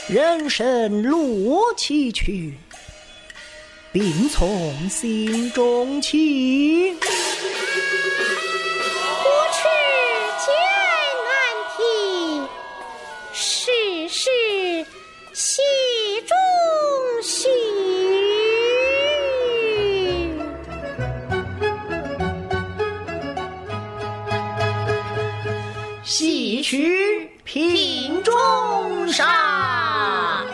人生路崎岖，病从心中起。 不持艰难题，世事喜中喜。 戏曲品中杀。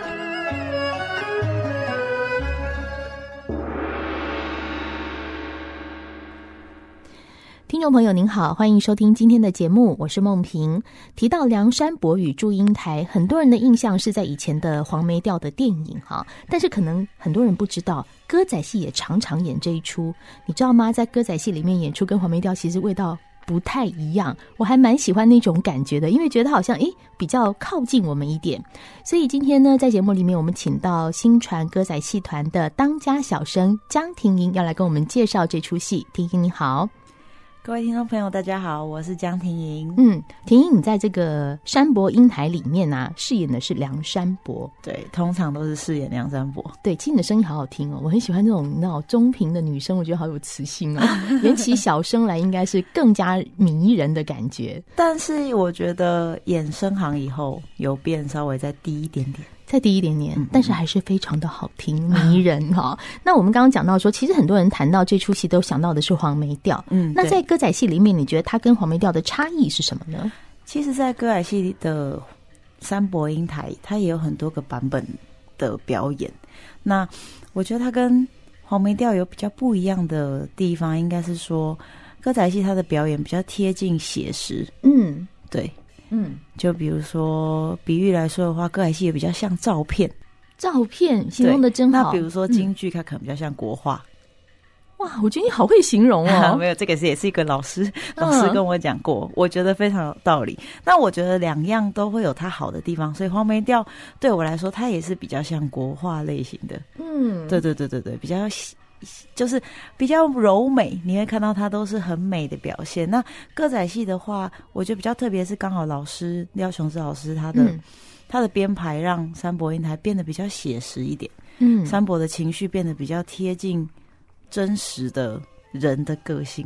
听众朋友您好，欢迎收听今天的节目，我是梦萍。提到梁山伯与祝英台，很多人的印象是在以前的黄梅调的电影哈，但是可能很多人不知道，歌仔戏也常常演这一出。你知道吗？在歌仔戏里面演出跟黄梅调其实味道不太一样，我还蛮喜欢那种感觉的，因为觉得好像比较靠近我们一点。所以今天呢，在节目里面我们请到新传歌仔戏团的当家小生江婷莹要来跟我们介绍这出戏。婷莹你好。 各位听众朋友大家好，我是江婷莹。 婷莹你在这个山伯英台里面啊，饰演的是梁山伯。 对，通常都是饰演梁山伯。 对，其实你的声音好好听哦，我很喜欢这种那种中频的女生，我觉得好有磁性哦。演起小生来应该是更加迷人的感觉。 但是我觉得演生行以后有变稍微再低一点点， 再低一点点，但是还是非常的好听迷人哈。那我们刚刚讲到说，其实很多人谈到这出戏都想到的是黄梅调。那在歌仔戏里面，你觉得它跟黄梅调的差异是什么呢？ 其实在歌仔戏的山伯英台，它也有很多个版本的表演。那我觉得它跟黄梅调有比较不一样的地方，应该是说歌仔戏它的表演比较贴近写实。对。就比如说比喻来说的话，歌仔戏也比较像照片形容的真好。那比如说京剧它可能比较像国画。 哇，我觉得你好会形容哦。 没有，这个也是一个老师跟我讲过，我觉得非常有道理。那我觉得两样都会有它好的地方，所以黄梅调对我来说它也是比较像国画类型的。对，比较就是比较柔美，你会看到它都是很美的表现。那歌仔戏的话，我觉得比较特别是刚好老师廖雄志老师他的编排让山伯英台变得比较写实一点。山伯的情绪变得比较贴近真实的人的个性。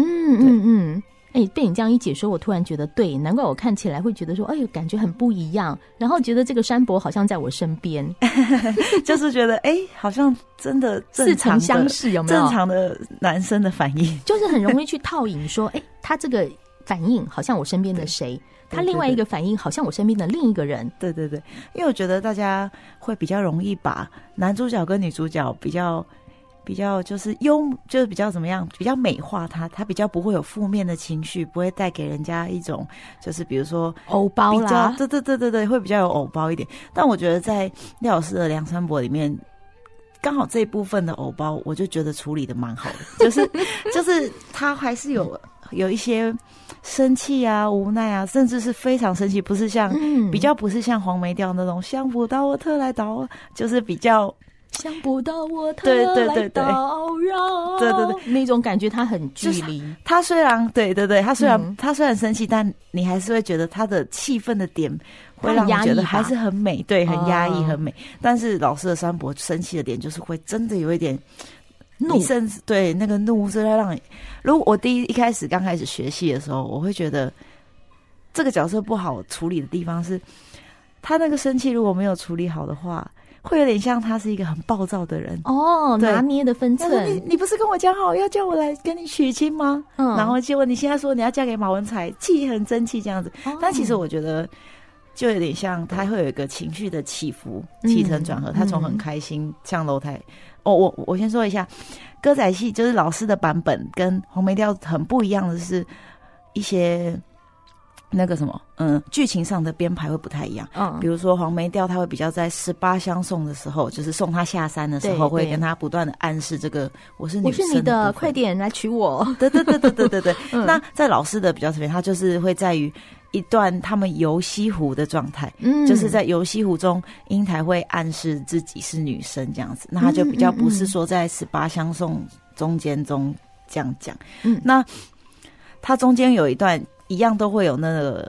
被你这样一解说，我突然觉得对，难怪我看起来会觉得说，感觉很不一样，然后觉得这个山伯好像在我身边， 就是觉得好像真的似曾相识，有没有？ 正常的男生的反应， 就是很容易去套引说，他这个反应好像我身边的谁，他另外一个反应好像我身边的另一个人。 对，因为我觉得大家会比较容易把男主角跟女主角比较就是就是比较怎么样，比较美化他比较不会有负面的情绪，不会带给人家一种就是比如说偶包啦， 对，会比较有偶包一点。但我觉得在廖老师的梁山伯里面，刚好这一部分的偶包，我就觉得处理的蛮好的，就是他还是有一些生气啊、无奈啊，甚至是非常生气，不是像比较不是像黄梅调那种想不到我特来捣，就是比较。 想不到我特来叨扰，对，那种感觉他很距离。 他虽然他虽然生气，但你还是会觉得他的气氛的点会让你觉得还是很美，对，很压抑，很美。但是老师的山伯生气的点就是会真的有一点怒，甚至对那个怒是在让你。如果我刚开始学戏的时候，我会觉得这个角色不好处理的地方是，他那个生气如果没有处理好的话。会有点像他是一个很暴躁的人拿捏的分寸。 你不是跟我讲好要叫我来跟你娶亲吗？然后结果你现在说你要嫁给马文才，气很争气这样子。但其实我觉得就有点像他会有一个情绪的起伏，起承转合。他从很开心上楼台。我先说一下，歌仔戏就是老师的版本跟黄梅调很不一样的是一些。那个什么，剧情上的编排会不太一样。比如说黄梅调，他会比较在18相送的时候，就是送他下山的时候，会跟他不断的暗示这个我是女生的，我是你的， 快点来娶我。 对。那在老师的比较特别，他就是会在于一段他们游西湖的状态，就是在游西湖中，英台会暗示自己是女生这样子。那他就比较不是说在18相送中间这样讲。那他中间有一段。一样都会有那个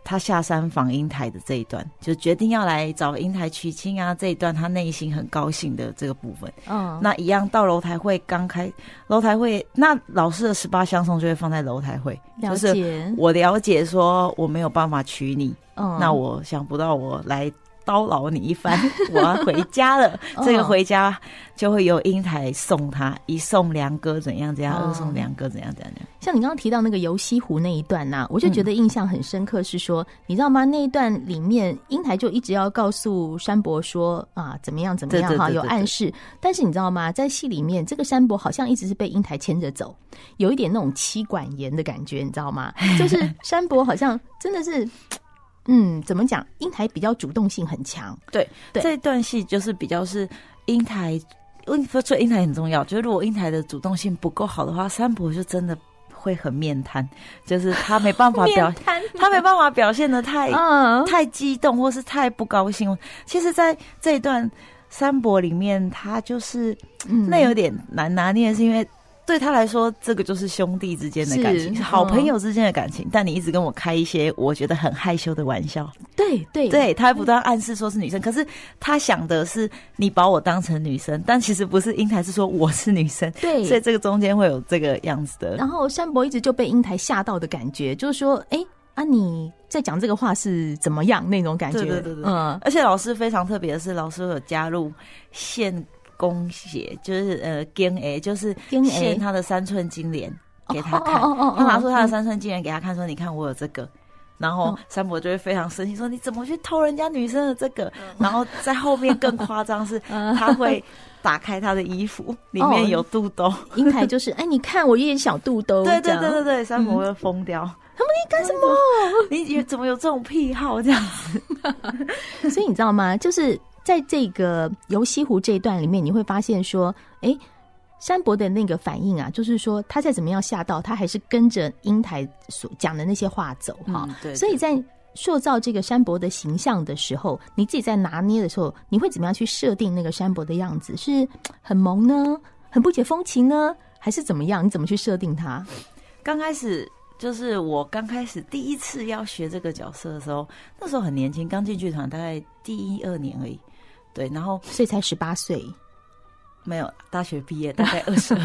他下山访英台的这一段，就决定要来找英台娶亲啊，这一段他内心很高兴的这个部分。那一样到楼台会刚开，楼台会那老师的18相送就会放在楼台会，就是我了解说我没有办法娶你，那我想不到我来叨扰你一番，我要回家了。这个回家就会由英台送他，一送两哥怎样怎样，二送两哥怎样怎样。 像你刚刚提到那个游西湖那一段啊，我就觉得印象很深刻，是说你知道吗？那一段里面英台就一直要告诉山伯说啊怎么样怎么样哈，有暗示。但是你知道吗？在戏里面，这个山伯好像一直是被英台牵着走，有一点那种妻管严的感觉，你知道吗？就是山伯好像真的是。怎么讲？英台比较主动性很强。对， 这一段戏就是比较是英台，所以英台很重要。就是如果英台的主动性不够好的话，山伯就真的会很面瘫，就是他没办法他没办法表现得太激动，或是太不高兴。其实，在这一段山伯里面，他就是那有点难拿捏，是因为。对他来说，这个就是兄弟之间的感情，是好朋友之间的感情。但你一直跟我开一些我觉得很害羞的玩笑，对，他会不断暗示说是女生，可是他想的是你把我当成女生，但其实不是。英台是说我是女生，对，所以这个中间会有这个样子的。 然后山伯一直就被英台吓到的感觉，就是说，你在讲这个话是怎么样那种感觉？ 对，而且老师非常特别的是，老师有加入弓血，就是根 A， 就是献他的3寸金莲给他看。他拿出他的3寸金莲给他看，说：“你看我有这个。”然后山伯就会非常生气，说：“你怎么去偷人家女生的这个？”然后在后面更夸张是，他会打开他的衣服，里面有肚兜。 英台就是，你看我有点小肚兜。 对，山伯会疯掉。 他们你干什么？ 你怎么有这种癖好这样子？所以你知道吗？就是在这个游西湖这一段里面，你会发现说，山伯的那个反应啊，就是说他再怎么样吓到，他还是跟着英台所讲的那些话走哈。对。所以在塑造这个山伯的形象的时候，你自己在拿捏的时候，你会怎么样去设定那个山伯的样子？是很萌呢，很不解风情呢，还是怎么样？你怎么去设定他？ 刚开始。就是我刚开始第一次要学这个角色的时候，那时候很年轻，刚进剧团大概第1、2年而已。对，然后所以才18岁， 没有大学毕业，大概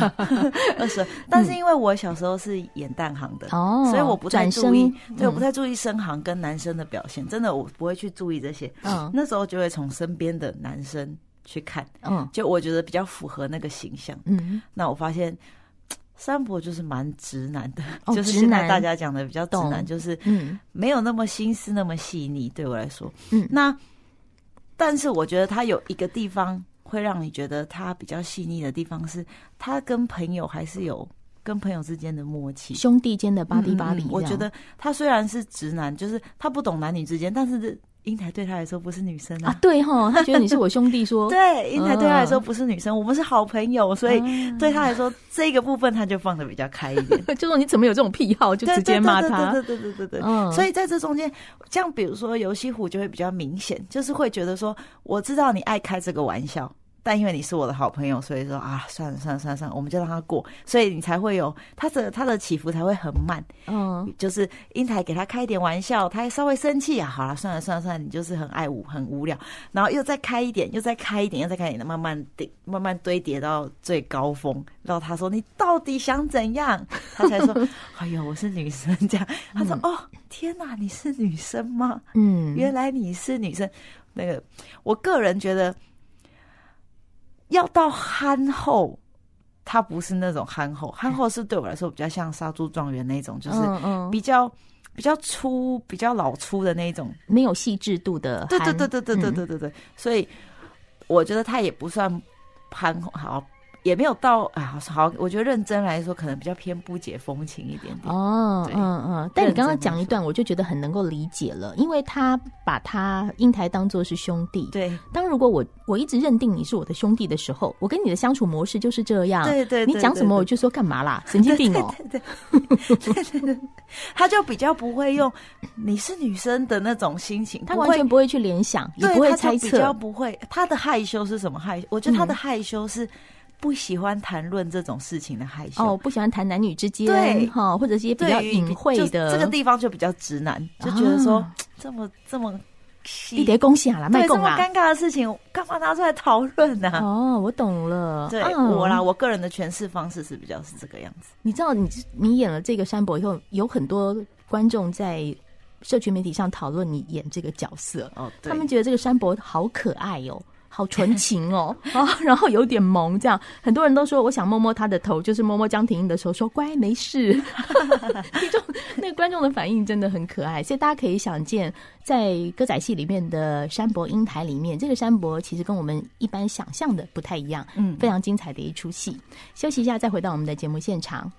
20。但是因为我小时候是演旦行的，所以我不太注意，我不太注意生行跟男生的表现，真的我不会去注意这些。那时候就会从身边的男生去看，就我觉得比较符合那个形象。那我发现。山伯就是蛮直男的，就是现在大家讲的比较直男，就是没有那么心思那么细腻，对我来说。那但是我觉得他有一个地方会让你觉得他比较细腻的地方是，他跟朋友还是有跟朋友之间的默契， 兄弟间的巴黎巴黎。 我觉得他虽然是直男，就是他不懂男女之间，但是。英台对他来说不是女生啊， 对齁，他觉得你是我兄弟说， 对，英台对他来说不是女生，我们是好朋友，所以对他来说这个部分他就放得比较开一点， 就说你怎么有这种癖好，就直接骂他， 对，所以在这中间，像比如说游西湖就会比较明显，就是会觉得说，我知道你爱开这个玩笑。但因为你是我的好朋友，所以说啊，算了，我们就让他过，所以你才会有他的起伏才会很慢。就是英台给他开一点玩笑，他稍微生气啊，好了，算了，你就是很无聊，然后又再开一点，慢慢堆叠到最高峰，然后他说你到底想怎样？他才说，哎呦，我是女生这样。他说哦，天哪，你是女生吗？原来你是女生。那个，我个人觉得。要到憨厚，他不是那种憨厚是对我来说比较像杀猪状元那种，就是比较粗、比较老粗的那种， 没有细致度的憨。 对，所以我觉得他也不算憨好。也没有到好，我觉得认真来说，可能比较偏不解风情一点点。 但你刚刚讲一段，我就觉得很能够理解了，因为他把他英台当作是兄弟。对，当如果我一直认定你是我的兄弟的时候，我跟你的相处模式就是这样。对，你讲什么我就说干嘛啦，神经病哦。对， 他就比较不会用你是女生的那种心情， 他完全不会去联想，也不会猜测， 比较不会。他的害羞是什么害羞？我觉得他的害羞是。 不喜欢谈论这种事情的害羞， 不喜欢谈男女之间， 对， 或者是一些比较隐晦的， 这个地方就比较直男，就觉得说这么你得恭喜啦， 对，这么尴尬的事情干嘛拿出来讨论呢？ 我懂了。 对，我个人的诠释方式是比较是这个样子。 你知道你演了这个山伯以后，有很多观众在社群媒体上讨论你演这个角色，他们觉得这个山伯好可爱哦，好纯情哦，然后有点萌，这样很多人都说我想摸摸他的头，就是摸摸江婷英的手，说乖没事。那个观众的反应真的很可爱，所以大家可以想见，在歌仔戏里面的山伯英台里面，这个山伯其实跟我们一般想象的不太一样，非常精彩的一出戏。休息一下，再回到我们的节目现场。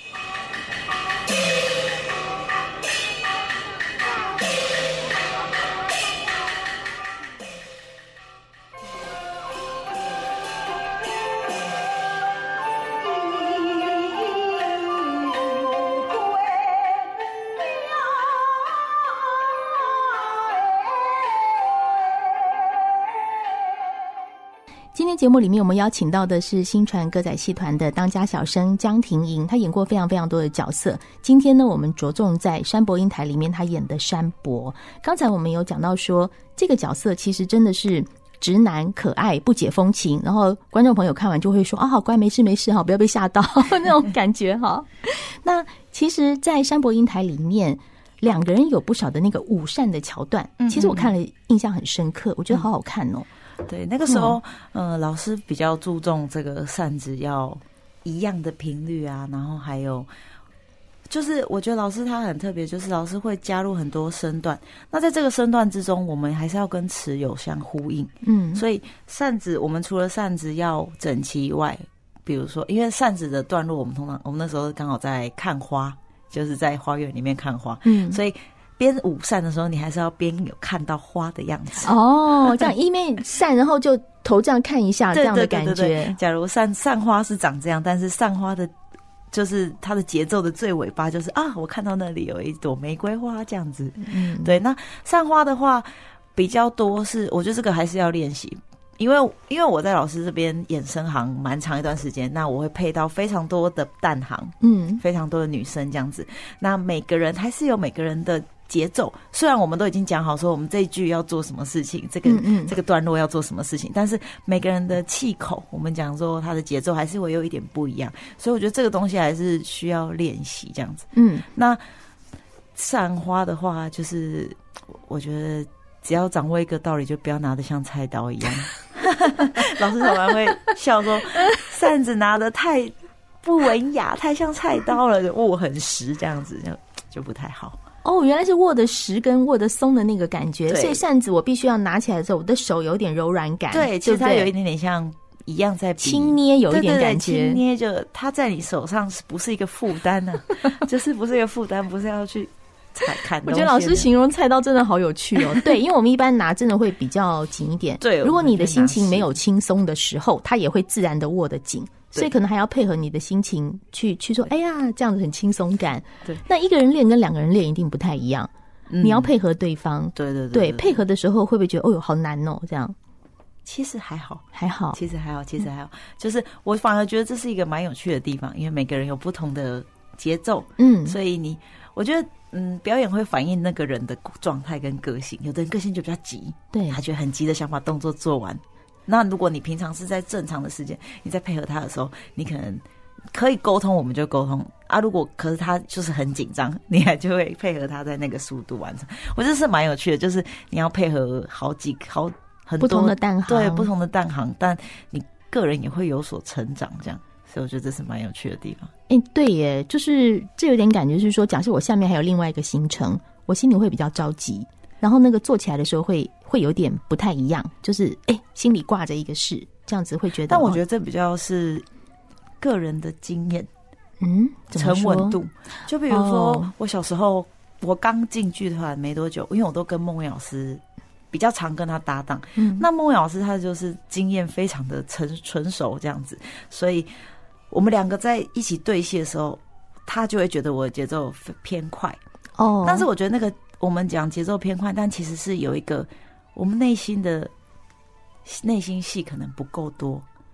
今天节目里面我们邀请到的是新传歌仔戏团的当家小生江婷莹，她演过非常非常多的角色。今天呢，我们着重在山伯英台里面她演的山伯。刚才我们有讲到说，这个角色其实真的是直男可爱不解风情，然后观众朋友看完就会说好乖没事没事不要被吓到那种感觉那其实在山伯英台里面两个人有不少的那个舞扇的桥段，其实我看了印象很深刻，我觉得好好看哦。 对，那个时候老师比较注重这个扇子要一样的频率啊，然后还有就是我觉得老师他很特别，就是老师会加入很多身段，那在这个身段之中我们还是要跟词有相呼应，所以扇子我们除了扇子要整齐以外，比如说因为扇子的段落我们那时候刚好在看花，就是在花园里面看花，所以边舞扇的时候你还是要边有看到花的样子这样一面扇然后就头这样看一下这样的感觉。 对对对对，假如扇花是长这样，但是扇花的就是它的节奏的最尾巴就是我看到那里有一朵玫瑰花这样子。对，那扇花的话比较多是我觉得这个还是要练习，因为我在老师这边演生行蛮长一段时间，那我会配到非常多的旦行，非常多的女生这样子，那每个人还是有每个人的节奏，虽然我们都已经讲好说我们这一句要做什么事情，这个段落要做什么事情，但是每个人的气口我们讲说他的节奏还是会有一点不一样，所以我觉得这个东西还是需要练习这样子。那扇花的话就是我觉得只要掌握一个道理，就不要拿得像菜刀一样老师常常会笑说扇子拿得太不文雅，太像菜刀了，握很实这样子就不太好。 原来是握得实跟握得松的那个感觉，所以扇子我必须要拿起来的时候，我的手有点柔软感。 对，其实它有一点点像一样在轻捏，有一点感觉。 对对对，轻捏就它在你手上不是一个负担呢，就是不是一个负担，不是要去砍东西。 我觉得老师形容菜刀真的好有趣哦。对，因为我们一般拿真的会比较紧一点。对，如果你的心情没有轻松的时候，它也会自然的握得紧。所以可能还要配合你的心情去说，哎呀，这样子很轻松感。对，那一个人练跟两个人练一定不太一样，你要配合对方。对对 对，配合的时候会不会觉得好难哦？这样其实还好，其实还好，就是我反而觉得这是一个蛮有趣的地方，因为每个人有不同的节奏，所以我觉得表演会反映那个人的状态跟个性，有的人个性就比较急，对，他觉得很急的想把动作做完。那如果你平常是在正常的时间，你在配合他的时候，你可能可以沟通，我们就沟通啊。如果可是他就是很紧张，你还就会配合他在那个速度完成。我觉得是蛮有趣的，就是你要配合很多不同的旦行， 对，不同的旦行，但你个人也会有所成长，这样。所以我觉得这是蛮有趣的地方。 对耶，就是这有点感觉是说，假设我下面还有另外一个行程，我心里会比较着急。然后那个做起来的时候会有点不太一样，就是心里挂着一个事，这样子会觉得。 但我觉得这比较是个人的经验，沉稳度。就比如说我小时候，我刚进剧团没多久，因为我都跟孟伟老师比较常跟他搭档，那孟伟老师他就是经验非常的纯熟这样子，所以我们两个在一起对戏的时候，他就会觉得我的节奏偏快。但是我觉得那个。我们讲节奏偏快，但其实是有一个我们内心戏可能不够多，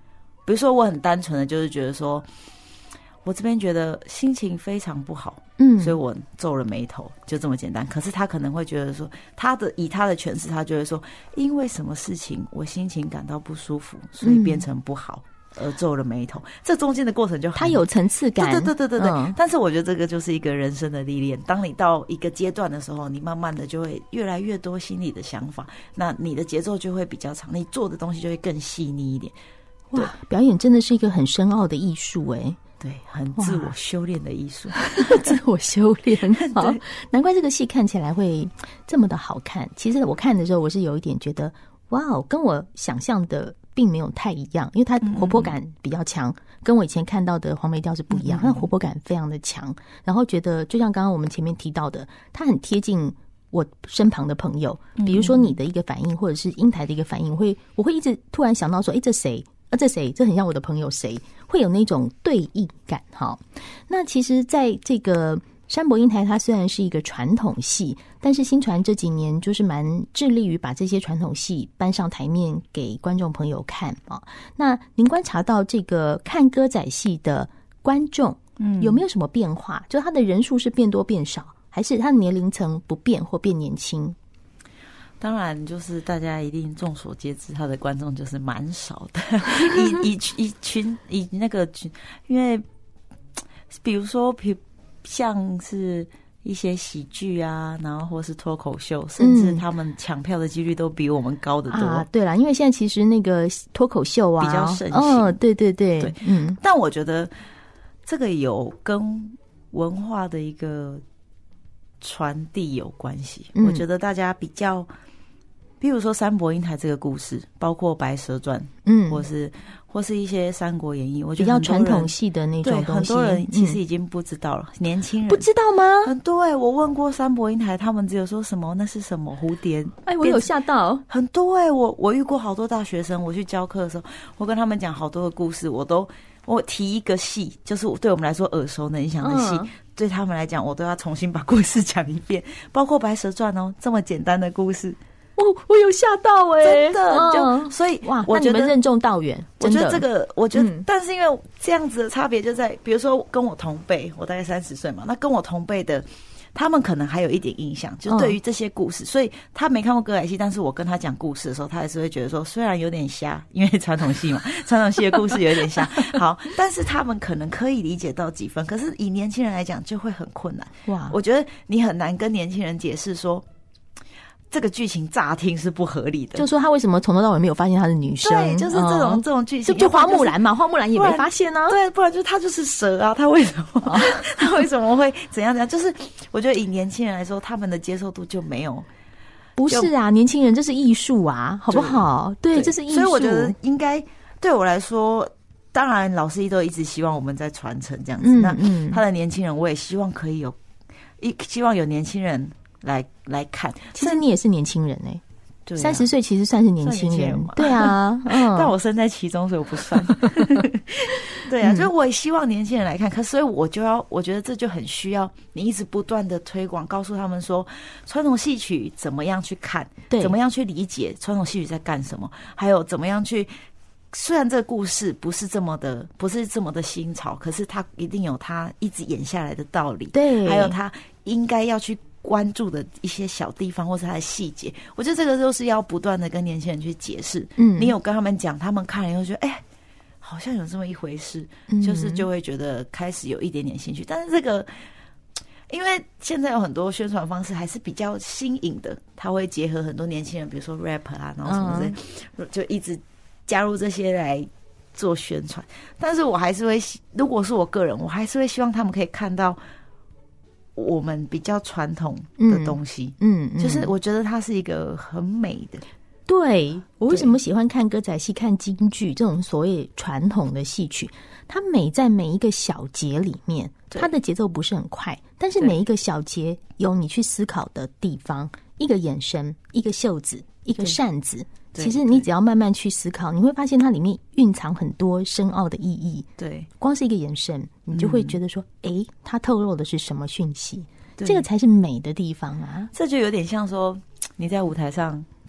比如说我很单纯的就是觉得说，我这边觉得心情非常不好，所以我皱了眉头，就这么简单。可是他可能会觉得说，以他的诠释，他就会说，因为什么事情我心情感到不舒服，所以变成不好。而皱了眉头，这中间的过程就它有层次感， 对。但是我觉得这个就是一个人生的历练。当你到一个阶段的时候，你慢慢的就会越来越多心里的想法，那你的节奏就会比较长，你做的东西就会更细腻一点。 哇，表演真的是一个很深奥的艺术欸。 对，很自我修炼的艺术， 自我修炼。好，难怪这个戏看起来会这么的好看。其实我看的时候，我是有一点觉得，哇，跟我想象的并没有太一样，因为它活泼感比较强，跟我以前看到的黄梅调是不一样，它活泼感非常的强。然后觉得就像刚刚我们前面提到的，它很贴近我身旁的朋友，比如说你的一个反应，或者是英台的一个反应，我会一直突然想到说，这谁？这谁？这很像我的朋友谁？会有那种对应感哈。那其实在这个山伯英台，它虽然是一个传统戏，但是新传这几年就是蛮致力于把这些传统戏搬上台面给观众朋友看啊。那您观察到这个看歌仔戏的观众，有没有什么变化？就他的人数是变多变少，还是他的年龄层不变或变年轻？ 当然，就是大家一定众所皆知，他的观众就是蛮少的，以那个群，因为比如说像是一些喜剧啊，然后或是脱口秀，甚至他们抢票的几率都比我们高得多啊。对啦，因为现在其实那个脱口秀啊比较盛行， 对， 但我觉得这个有跟文化的一个传递有关系。我觉得大家比较，比如说山伯英台这个故事，包括白蛇传，或是一些三国演义，我觉得比较传统戏的那种东西， 很多人其实已经不知道了，年轻人不知道吗？ 对，我问过山伯英台，他们只有说什么那是什么蝴蝶， 我有吓到很多我遇过好多大学生，我去教课的时候，我跟他们讲好多的故事，我提一个戏，就是对我们来说耳熟能详的戏，对他们来讲，我都要重新把故事讲一遍，包括白蛇传这么简单的故事。 我有吓到真的，所以哇，我觉得任重道远。 我觉得这个，我觉得，但是因为这样子的差别就在，比如说跟我同辈，我大概30岁嘛，那跟我同辈的，他们可能还有一点印象，就对于这些故事，所以他没看过歌仔戏，但是我跟他讲故事的时候，他还是会觉得说，虽然有点瞎，因为传统戏嘛，传统戏的故事有点瞎，好，但是他们可能可以理解到几分，可是以年轻人来讲就会很困难。哇，我觉得你很难跟年轻人解释说，这个剧情乍听是不合理的， 就说他为什么从头到尾没有发现她是女生？ 对，就是这种剧情， 就花木兰嘛，花木兰也没发现呢。 对，不然就他就是蛇啊，他为什么会怎样？就是我觉得以年轻人来说，他们的接受度就没有。 不是啊，年轻人这是艺术啊，好不好？对，这是艺术。 所以我觉得应该对我来说，当然老师都一直希望我们在传承这样子。那他的年轻人，我也希望可以希望有年轻人来看。 其实你也是年轻人对，30岁其实算是年轻人，对啊， 但我身在其中，所以我不算。对啊，就是我也希望年轻人来看，所以我觉得这就很需要你一直不断的推广，告诉他们说传统戏曲怎么样去看，怎么样去理解传统戏曲在干什么，还有怎么样去。虽然这个故事不是这么的新潮，可是它一定有它一直演下来的道理， 对， 还有它应该要去关注的一些小地方或是它的细节，我觉得这个都是要不断的跟年轻人去解释。你有跟他们讲，他们看了以后觉得好像有这么一回事，就会觉得开始有一点点兴趣。但是这个因为现在有很多宣传方式还是比较新颖的，他会结合很多年轻人，比如说 rap 啊，然后什么之类，就一直加入这些来做宣传。但是我还是会，如果是我个人，我还是会希望他们可以看到我们比较传统的东西。就是我觉得它是一个很美的。 对，我为什么喜欢看歌仔戏、看京剧这种所谓传统的戏曲？它美在每一个小节里面，它的节奏不是很快，但是每一个小节有你去思考的地方，一个眼神，一个袖子，一个扇子。其实你只要慢慢去思考，你会发现它里面蕴藏很多深奥的意义。对，光是一个眼神，你就会觉得说，它透露的是什么讯息？这个才是美的地方啊！ 这就有点像说，你在舞台上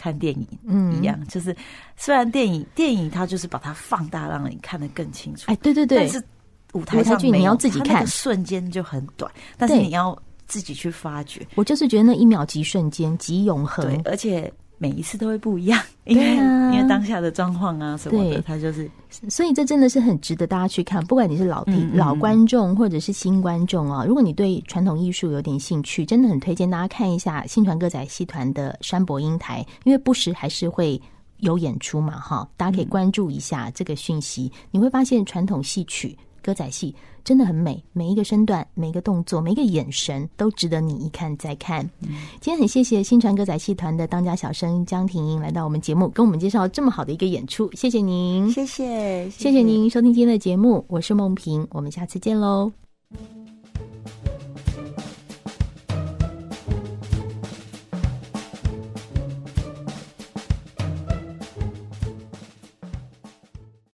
看电影一样，就是虽然电影它就是把它放大，让你看得更清楚。 对对对， 但是舞台剧你要自己看， 那个瞬间就很短，但是你要自己去发掘。 我就是觉得那1秒即瞬间，即永恒。 对，而且每一次都会不一样，因为当下的状况啊什么的，它就是。 所以这真的是很值得大家去看，不管你是老观众或者是新观众啊，如果你对传统艺术有点兴趣，真的很推荐大家看一下新传歌仔戏团的山伯英台，因为不时还是会有演出嘛，哈，大家可以关注一下这个讯息，你会发现传统戏曲歌仔戏真的很美，每一个身段，每一个动作，每一个眼神都值得你一看再看。今天很谢谢新传歌仔戏团的当家小生江婷英来到我们节目，跟我们介绍这么好的一个演出，谢谢您。 谢谢您收听今天的节目，我是梦萍，我们下次见喽。